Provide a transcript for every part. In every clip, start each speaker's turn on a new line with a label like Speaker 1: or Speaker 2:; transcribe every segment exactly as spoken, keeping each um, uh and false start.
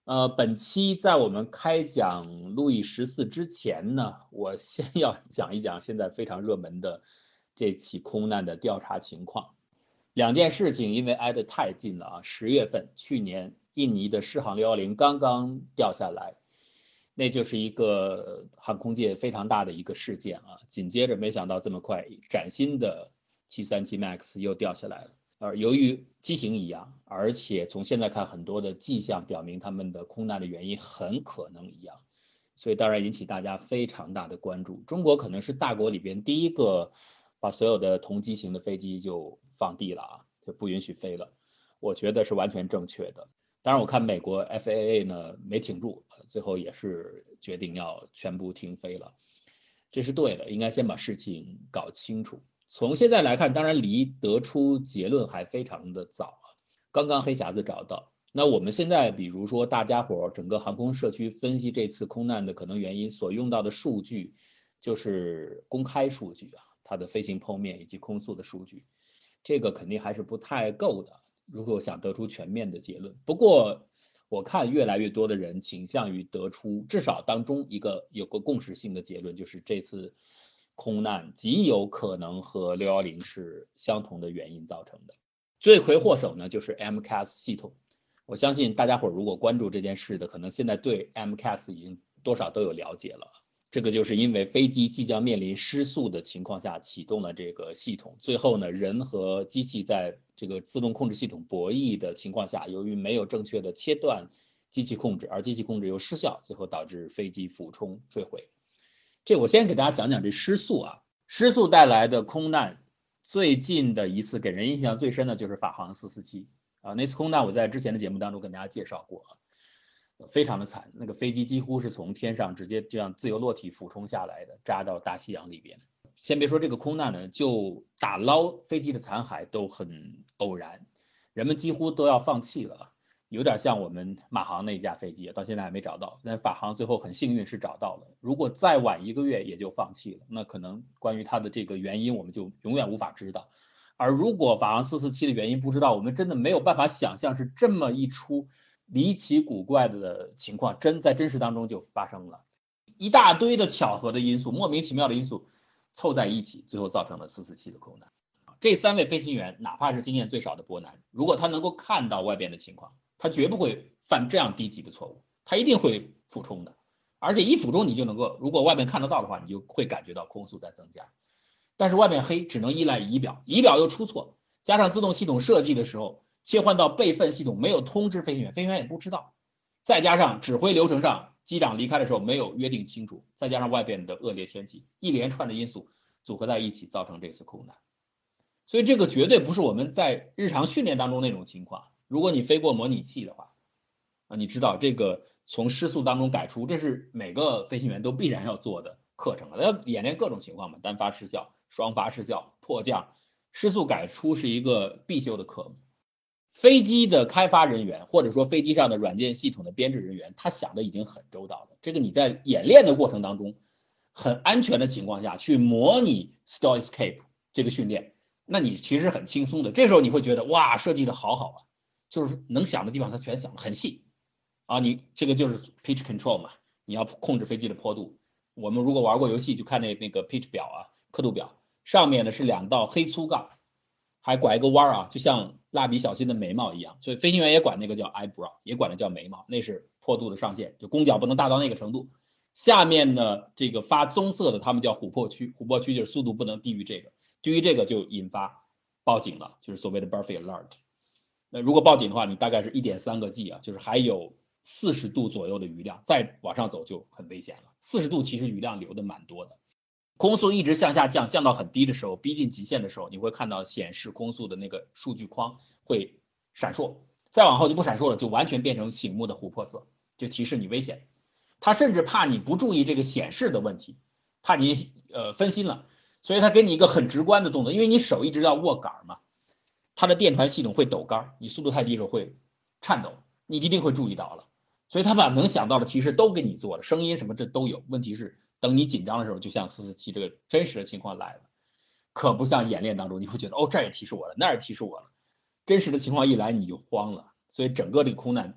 Speaker 1: 呃，本期在我们开讲路易十四之前呢，我先要讲一讲现在非常热门的这起空难的调查情况。两件事情因为挨得太近了啊，十月份去年印尼的狮航六一零刚刚掉下来，那就是一个航空界非常大的一个事件啊。紧接着没想到这么快，崭新的七三七 MAX 又掉下来了。呃，由于机型一样，而且从现在看，很多的迹象表明他们的空难的原因很可能一样，所以当然引起大家非常大的关注。中国可能是大国里边第一个把所有的同机型的飞机就放地了啊，就不允许飞了，我觉得是完全正确的。当然，我看美国 F A A 呢没挺住，最后也是决定要全部停飞了，这是对的，应该先把事情搞清楚。从现在来看，当然离得出结论还非常的早，刚刚黑匣子找到。那我们现在比如说大家伙整个航空社区分析这次空难的可能原因所用到的数据，就是公开数据啊，它的飞行剖面以及空速的数据，这个肯定还是不太够的，如果想得出全面的结论。不过我看越来越多的人倾向于得出至少当中一个有个共识性的结论，就是这次空难极有可能和六一零是相同的原因造成的。罪魁祸首呢就是 M C A S 系统。我相信大家伙如果关注这件事的，可能现在对 M C A S 已经多少都有了解了。这个就是因为飞机即将面临失速的情况下启动了这个系统，最后呢，人和机器在这个自动控制系统博弈的情况下，由于没有正确的切断机器控制，而机器控制又失效，最后导致飞机俯冲坠毁。这我先给大家讲讲这失速啊，失速带来的空难，最近的一次给人印象最深的就是法航四四七啊，那次空难我在之前的节目当中跟大家介绍过啊。非常的惨，那个飞机几乎是从天上直接这样自由落体俯冲下来的，扎到大西洋里边。先别说这个空难呢，就打捞飞机的残骸都很偶然，人们几乎都要放弃了，有点像我们马航那架飞机，到现在还没找到，但法航最后很幸运是找到了。如果再晚一个月也就放弃了，那可能关于它的这个原因我们就永远无法知道。而如果法航四四七的原因不知道，我们真的没有办法想象是这么一出离奇古怪的情况真在真实当中就发生了，一大堆的巧合的因素，莫名其妙的因素凑在一起，最后造成了四四七的空难。这三位飞行员哪怕是经验最少的波男，如果他能够看到外边的情况，他绝不会犯这样低级的错误，他一定会俯冲的，而且一俯冲你就能够，如果外面看得到的话，你就会感觉到空速在增加。但是外面黑只能依赖仪表，仪表又出错，加上自动系统设计的时候切换到备份系统没有通知飞行员，飞行员也不知道，再加上指挥流程上机长离开的时候没有约定清楚，再加上外边的恶劣天气，一连串的因素组合在一起造成这次空难。所以这个绝对不是我们在日常训练当中那种情况，如果你飞过模拟器的话啊，你知道这个从失速当中改出，这是每个飞行员都必然要做的课程了，要演练各种情况嘛，单发失效、双发失效、迫降、失速改出是一个必修的科目。飞机的开发人员或者说飞机上的软件系统的编制人员，他想的已经很周到了。这个你在演练的过程当中，很安全的情况下去模拟 stall escape 这个训练，那你其实很轻松的。这时候你会觉得哇，设计的好好啊，就是能想的地方他全想得很细啊。你这个就是 pitch control 嘛，你要控制飞机的坡度。我们如果玩过游戏，就看那那个 pitch 表啊，刻度表，上面呢是两道黑粗杠，还拐一个弯啊，就像蜡笔小新的眉毛一样，所以飞行员也管那个叫 eyebrow， 也管它叫眉毛，那是坡度的上限，就攻角不能大到那个程度。下面呢，这个发棕色的，他们叫琥珀区，琥珀区就是速度不能低于这个，低于这个就引发报警了，就是所谓的 Burfee Alert。那如果报警的话，你大概是 一点三个 G 啊，就是还有四十度左右的余量，再往上走就很危险了。四十度其实余量留的蛮多的。空速一直向下降，降到很低的时候，逼近极限的时候，你会看到显示空速的那个数据框会闪烁，再往后就不闪烁了，就完全变成醒目的琥珀色，就提示你危险。他甚至怕你不注意这个显示的问题，怕你呃分心了，所以他给你一个很直观的动作，因为你手一直要握杆嘛，它的电传系统会抖杆，你速度太低的时候会颤抖，你一定会注意到了。所以他把能想到的提示都给你做了，声音什么这都有。问题是等你紧张的时候，就像四四七这个真实的情况来了，可不像演练当中你会觉得哦这也提示我了，那也提示我了，真实的情况一来你就慌了。所以整个这个空难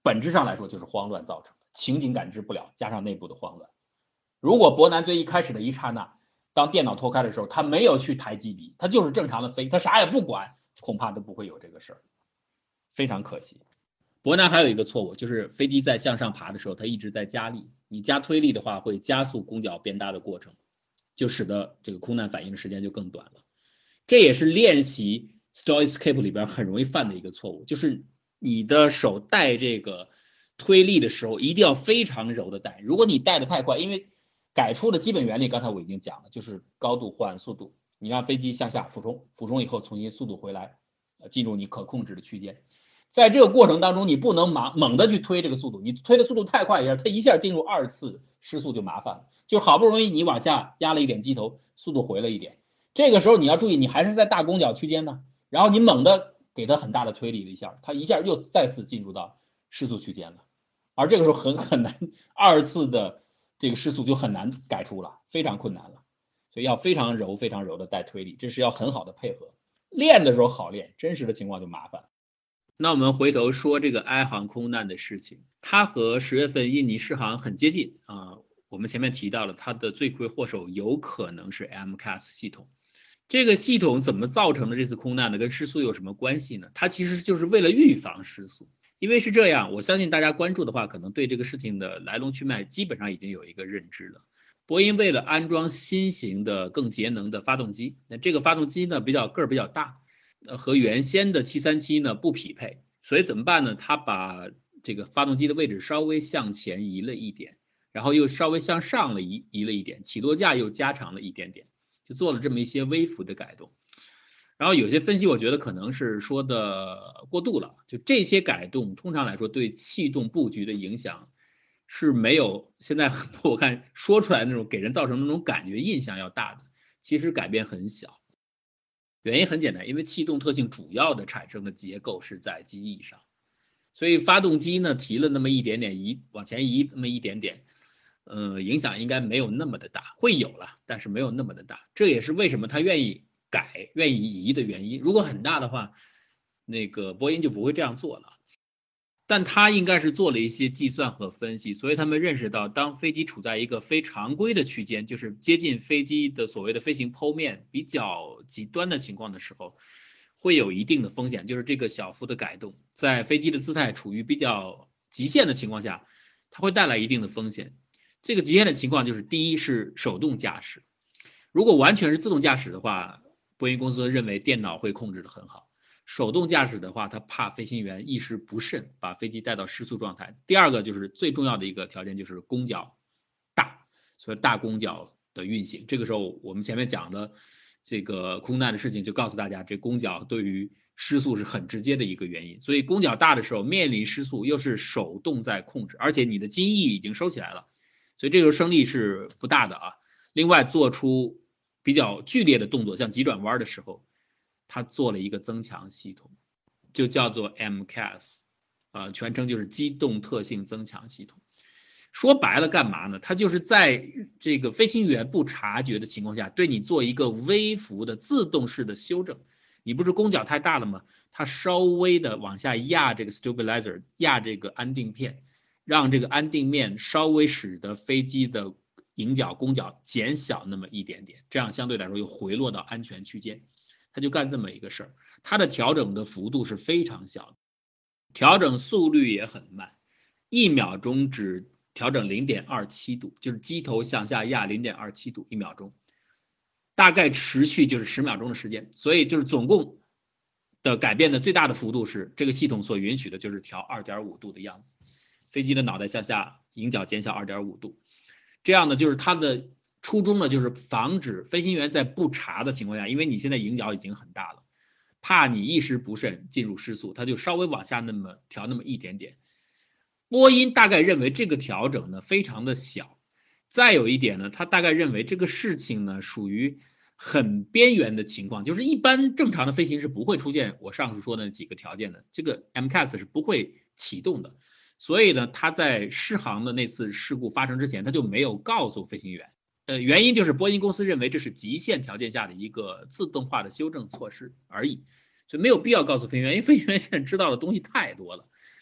Speaker 1: 本质上来说就是慌乱造成的，情景感知不了，加上内部的慌乱。如果伯南最一开始的一刹那，当电脑脱开的时候，他没有去抬机鼻，他就是正常的飞，他啥也不管，恐怕都不会有这个事儿，非常可惜。伯南还有一个错误，就是飞机在向上爬的时候，它一直在加力，你加推力的话会加速弓角变大的过程，就使得这个空难反应的时间就更短了。这也是练习 Stall Escape 里边很容易犯的一个错误，就是你的手带这个推力的时候一定要非常柔的带，如果你带的太快，因为改出的基本原理刚才我已经讲了，就是高度换速度，你让飞机向下俯冲，俯冲以后重新速度回来，进入你可控制的区间。在这个过程当中，你不能猛猛的去推这个速度，你推的速度太快一下，它一下进入二次失速就麻烦了。就好不容易你往下压了一点机头，速度回了一点，这个时候你要注意，你还是在大弓角区间呢，然后你猛的给它很大的推力了一下，它一下又再次进入到失速区间了，而这个时候很很难，二次的这个失速就很难改出了，非常困难了，所以要非常柔非常柔的带推力，这是要很好的配合。练的时候好练，真实的情况就麻烦。那我们回头说这个埃航空难的事情，它和十月份印尼失航很接近啊。我们前面提到了它的罪魁祸首有可能是 M C A S 系统。这个系统怎么造成的这次空难呢？跟失速有什么关系呢？它其实就是为了预防失速。因为是这样，我相信大家关注的话，可能对这个事情的来龙去脉基本上已经有一个认知了。波音为了安装新型的更节能的发动机，那这个发动机呢比较个儿比较大，和原先的七三七呢不匹配，所以怎么办呢？他把这个发动机的位置稍微向前移了一点，然后又稍微向上了移移了一点，起落架又加长了一点点，就做了这么一些微幅的改动。然后有些分析我觉得可能是说的过度了，就这些改动通常来说对气动布局的影响是没有现在很多我看说出来那种给人造成那种感觉印象要大的，其实改变很小。原因很简单，因为气动特性主要的产生的结构是在机翼上，所以发动机呢提了那么一点点移往前移那么一点点，呃，影响应该没有那么的大，会有了，但是没有那么的大。这也是为什么他愿意改、愿意移的原因。如果很大的话，那个波音就不会这样做了。但他应该是做了一些计算和分析，所以他们认识到，当飞机处在一个非常规的区间，就是接近飞机的所谓的飞行剖面比较极端的情况的时候，会有一定的风险，就是这个小幅的改动，在飞机的姿态处于比较极限的情况下，它会带来一定的风险。这个极限的情况就是，第一是手动驾驶，如果完全是自动驾驶的话，波音公司认为电脑会控制得很好。手动驾驶的话，他怕飞行员意识不慎把飞机带到失速状态。第二个就是最重要的一个条件就是弓角大，所以大弓角的运行。这个时候我们前面讲的这个空难的事情就告诉大家，这弓角对于失速是很直接的一个原因。所以弓角大的时候面临失速，又是手动在控制，而且你的襟翼已经收起来了，所以这个时候升力是不大的啊。另外做出比较剧烈的动作，像急转弯的时候，它做了一个增强系统，就叫做 M C A S， 啊，全称就是机动特性增强系统。说白了干嘛呢？它就是在这个飞行员不察觉的情况下，对你做一个微幅的自动式的修正。你不是弓角太大了吗？它稍微的往下压这个 stabilizer， 压这个安定片，让这个安定面稍微使得飞机的迎角弓角减小那么一点点，这样相对来说又回落到安全区间。他就干这么一个事儿，它的调整的幅度是非常小的，调整速率也很慢，一秒钟只调整 零点二七 度，就是机头向下压 零点二七 度一秒钟，大概持续就是十秒钟的时间，所以就是总共的改变的最大的幅度是这个系统所允许的就是调 二点五 度的样子，飞机的脑袋向下迎角减小 二点五 度，这样呢就是它的初衷呢就是防止飞行员在不察的情况下，因为你现在迎角已经很大了，怕你一时不慎进入失速，它就稍微往下那么调那么一点点。波音大概认为这个调整呢非常的小，再有一点呢，他大概认为这个事情呢属于很边缘的情况，就是一般正常的飞行是不会出现我上述说的几个条件的，这个 M C A S 是不会启动的。所以呢，他在失航的那次事故发生之前，他就没有告诉飞行员。呃，原因就是波音公司认为这是极限条件下的一个自动化的修正措施而已，所以没有必要告诉飞行员，因为飞行员现在知道的东西太多了。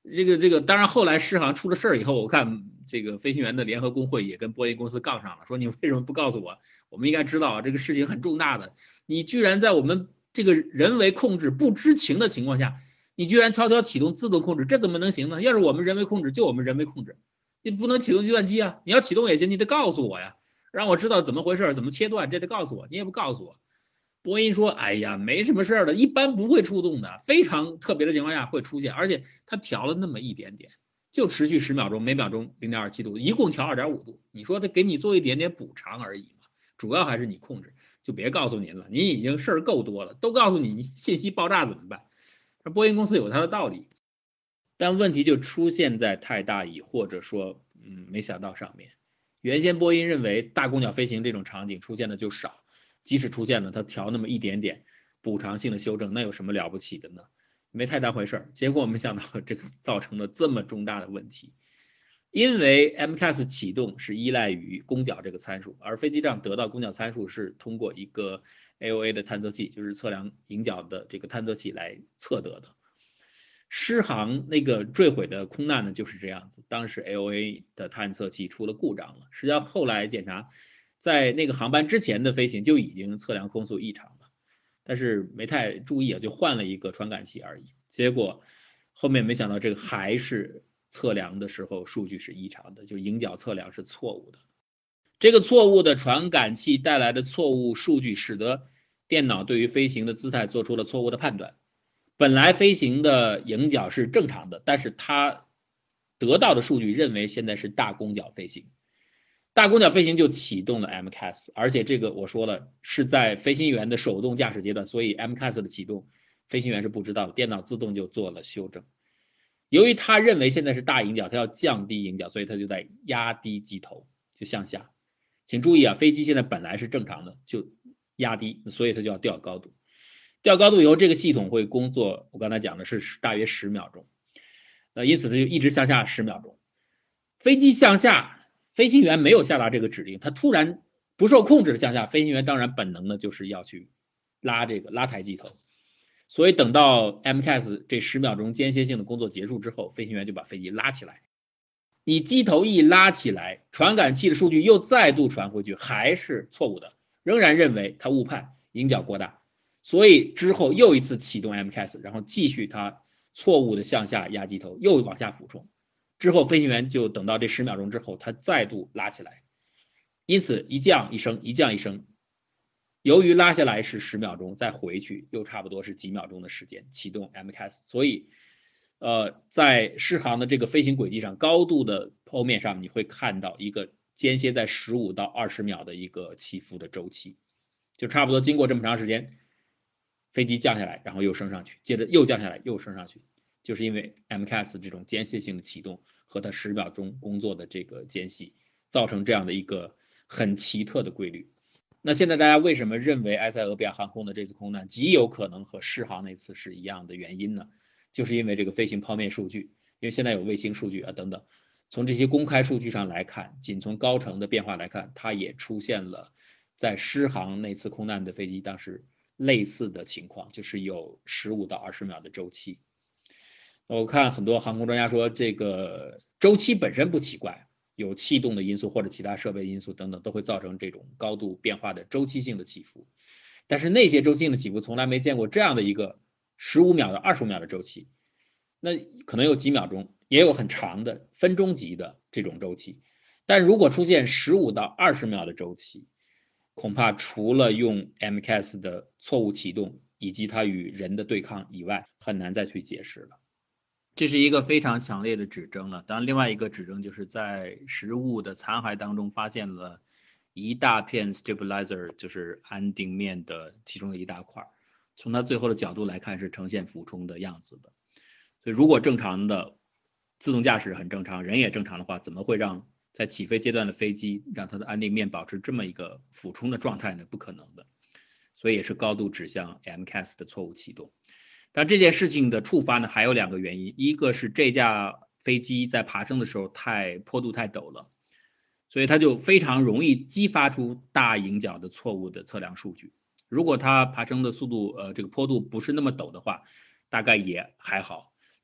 Speaker 1: 这个这个，当然后来狮航出了事儿以后，我看这个飞行员的联合工会也跟波音公司杠上了，说你为什么不告诉我？我们应该知道这个事情很重大的，你居然在我们这个人为控制不知情的情况下，你居然悄悄启动自动控制，这怎么能行呢？要是我们人为控制，就我们人为控制，你不能启动计算机啊！你要启动也行，你得告诉我呀，让我知道怎么回事，怎么切断，这得告诉我，你也不告诉我。波音说：“哎呀，没什么事儿的，一般不会触动的，非常特别的情况下会出现，而且它调了那么一点点，就持续十秒钟，每秒钟零点二七度，一共调二点五度。你说他给你做一点点补偿而已嘛，主要还是你控制，就别告诉您了，您已经事儿够多了，都告诉你信息爆炸怎么办？这波音公司有它的道理，但问题就出现在太大意或者说嗯没想到上面。原先波音认为大共角飞行这种场景出现的就少。”即使出现了，它调那么一点点补偿性的修正，那有什么了不起的呢？没太当回事儿。结果没想到这个造成了这么重大的问题，因为 M C A S 启动是依赖于攻角这个参数，而飞机上得到攻角参数是通过一个 A O A 的探测器，就是测量迎角的这个探测器来测得的。狮航那个坠毁的空难呢，就是这样子，当时 A O A 的探测器出了故障了，实际上后来检查。在那个航班之前的飞行就已经测量空速异常了，但是没太注意啊，就换了一个传感器而已。结果后面没想到这个还是测量的时候数据是异常的，就迎角测量是错误的。这个错误的传感器带来的错误数据，使得电脑对于飞行的姿态做出了错误的判断。本来飞行的迎角是正常的，但是它得到的数据认为现在是大攻角飞行。大攻角飞行就启动了 M C A S， 而且这个我说了是在飞行员的手动驾驶阶段，所以 M C A S 的启动飞行员是不知道的，电脑自动就做了修正。由于他认为现在是大迎角，他要降低迎角，所以他就在压低机头，就向下。请注意啊，飞机现在本来是正常的，就压低，所以它就要调高度。调高度以后，这个系统会工作，我刚才讲的是大约十秒钟，呃，因此它就一直向下十秒钟。飞机向下。飞行员没有下达这个指令，他突然不受控制的向下，飞行员当然本能的就是要去拉这个拉抬机头，所以等到 M C A S 这十秒钟间歇性的工作结束之后，飞行员就把飞机拉起来。你机头一拉起来，传感器的数据又再度传回去，还是错误的，仍然认为他误判，迎角过大，所以之后又一次启动 M C A S， 然后继续他错误的向下压机头，又往下俯冲。之后飞行员就等到这十秒钟之后，他再度拉起来，因此一降一升，一降一升。由于拉下来是十秒钟，再回去又差不多是几秒钟的时间启动 M C A S， 所以呃，在狮航的这个飞行轨迹上，高度的剖面上你会看到一个间歇在十五到二十秒的一个起伏的周期，就差不多经过这么长时间，飞机降下来，然后又升上去，接着又降下来，又升上去。就是因为 M C A S 这种间歇性的启动和它十秒钟工作的这个间隙，造成这样的一个很奇特的规律。那现在大家为什么认为埃塞俄比亚航空的这次空难极有可能和狮航那次是一样的原因呢？就是因为这个飞行剖面数据，因为现在有卫星数据啊等等，从这些公开数据上来看，仅从高程的变化来看，它也出现了在狮航那次空难的飞机当时类似的情况，就是有十五到二十秒的周期。我看很多航空专家说，这个周期本身不奇怪，有气动的因素或者其他设备因素等等，都会造成这种高度变化的周期性的起伏。但是那些周期性的起伏从来没见过这样的一个十五秒的、二十五秒的周期，那可能有几秒钟，也有很长的分钟级的这种周期。但如果出现十五到二十秒的周期，恐怕除了用 M C A S 的错误启动以及它与人的对抗以外，很难再去解释了。这是一个非常强烈的指征了。当然，另外一个指征就是在食物的残骸当中发现了一大片 stabilizer， 就是安定面的其中的一大块。从它最后的角度来看，是呈现俯冲的样子的。所以，如果正常的自动驾驶很正常，人也正常的话，怎么会让在起飞阶段的飞机让它的安定面保持这么一个俯冲的状态呢？不可能的。所以也是高度指向 M C A S 的错误启动。但这件事情的触发呢，还有两个原因，一个是这架飞机在爬升的时候太坡度太陡了，所以它就非常容易激发出大迎角的错误的测量数据。如果它爬升的速度呃这个坡度不是那么陡的话，大概也还好。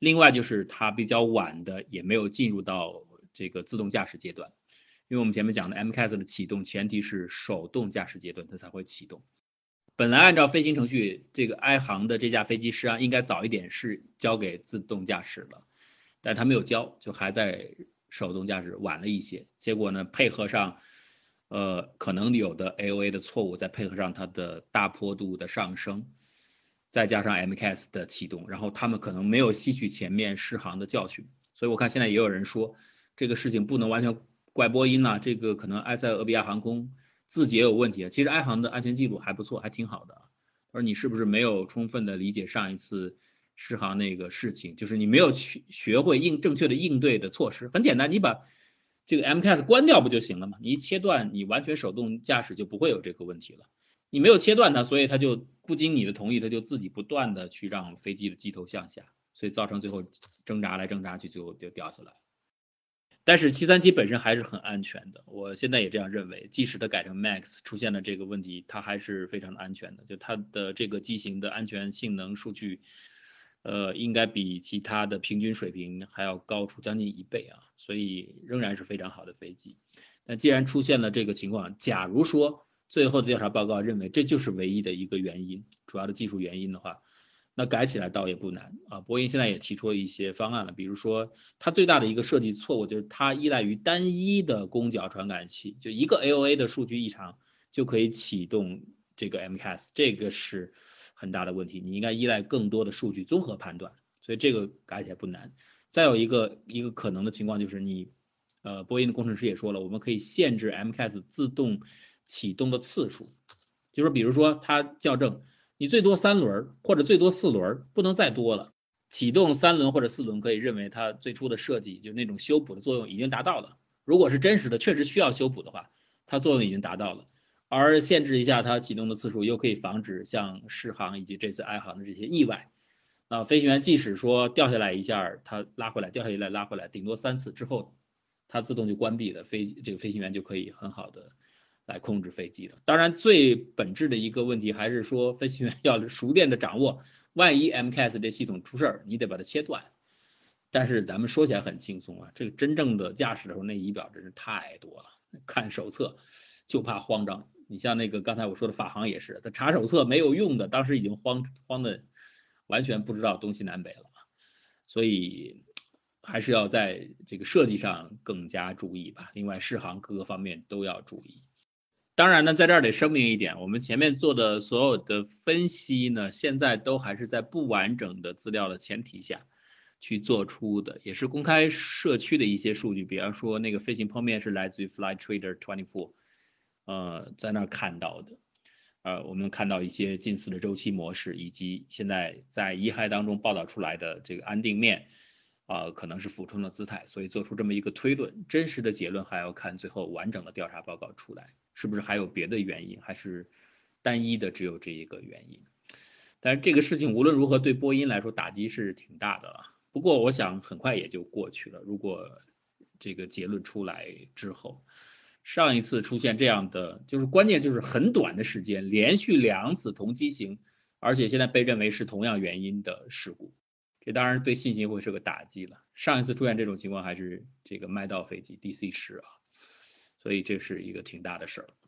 Speaker 1: 另外就是它比较晚的也没有进入到这个自动驾驶阶段，因为我们前面讲的 M C A S 的启动前提是手动驾驶阶段它才会启动。本来按照飞行程序，这个埃航的这架飞机实际上应该早一点是交给自动驾驶了，但是它没有交，就还在手动驾驶，晚了一些。结果呢，配合上呃可能有的 A O A 的错误，再配合上它的大坡度的上升，再加上 M C A S 的启动，然后他们可能没有吸取前面适航的教训。所以我看现在也有人说，这个事情不能完全怪波音啊，这个可能埃塞俄比亚航空自己也有问题。其实埃航的安全记录还不错，还挺好的。而你是不是没有充分的理解上一次适航那个事情，就是你没有去学会应正确的应对的措施。很简单，你把这个 M C A S 关掉不就行了吗？你一切断，你完全手动驾驶就不会有这个问题了。你没有切断它，所以它就不经你的同意，它就自己不断的去让飞机的机头向下，所以造成最后挣扎来挣扎去，最后就掉下来。但是七三七本身还是很安全的，我现在也这样认为，即使它改成 Max 出现了这个问题，它还是非常的安全的，就它的这个机型的安全性能数据，呃，应该比其他的平均水平还要高出将近一倍啊，所以仍然是非常好的飞机。但既然出现了这个情况，假如说最后的调查报告认为这就是唯一的一个原因，主要的技术原因的话，那改起来倒也不难啊。波音现在也提出了一些方案了，比如说它最大的一个设计错误就是它依赖于单一的攻角传感器，就一个 A O A 的数据异常就可以启动这个 M C A S， 这个是很大的问题。你应该依赖更多的数据综合判断，所以这个改起来不难。再有一个一个可能的情况就是你，呃，波音的工程师也说了，我们可以限制 M C A S 自动启动的次数，就是比如说它校正。你最多三轮或者最多四轮，不能再多了。启动三轮或者四轮可以认为它最初的设计就那种修补的作用已经达到了。如果是真实的，确实需要修补的话，它作用已经达到了。而限制一下它启动的次数，又可以防止像适航以及这次埃航的这些意外。啊，飞行员即使说掉下来一下，它拉回来，掉下来拉回来，顶多三次之后，它自动就关闭了，飞这个飞行员就可以很好的来控制飞机了。当然，最本质的一个问题还是说，飞行员要熟练的掌握，万一 M C A S 这系统出事儿，你得把它切断。但是咱们说起来很轻松啊，这个真正的驾驶的时候，那仪表真是太多了，看手册就怕慌张。你像那个刚才我说的法航也是，他查手册没有用的，当时已经慌慌的完全不知道东西南北了。所以还是要在这个设计上更加注意吧。另外，适航各个方面都要注意。当然呢，在这儿得声明一点，我们前面做的所有的分析呢，现在都还是在不完整的资料的前提下去做出的，也是公开社区的一些数据，比方说那个飞行剖面是来自于 Flight Trader 二十四，呃，在那儿看到的。呃，我们看到一些近似的周期模式，以及现在在遗骸当中报道出来的这个安定面，啊、呃，可能是俯冲的姿态，所以做出这么一个推论。真实的结论还要看最后完整的调查报告出来，是不是还有别的原因，还是单一的只有这一个原因。但是这个事情无论如何对波音来说打击是挺大的了。不过我想很快也就过去了。如果这个结论出来之后，上一次出现这样的，就是关键就是很短的时间，连续两次同机型，而且现在被认为是同样原因的事故，这当然对信心会是个打击了。上一次出现这种情况还是这个麦道飞机 D C 十啊，所以这是一个挺大的事儿。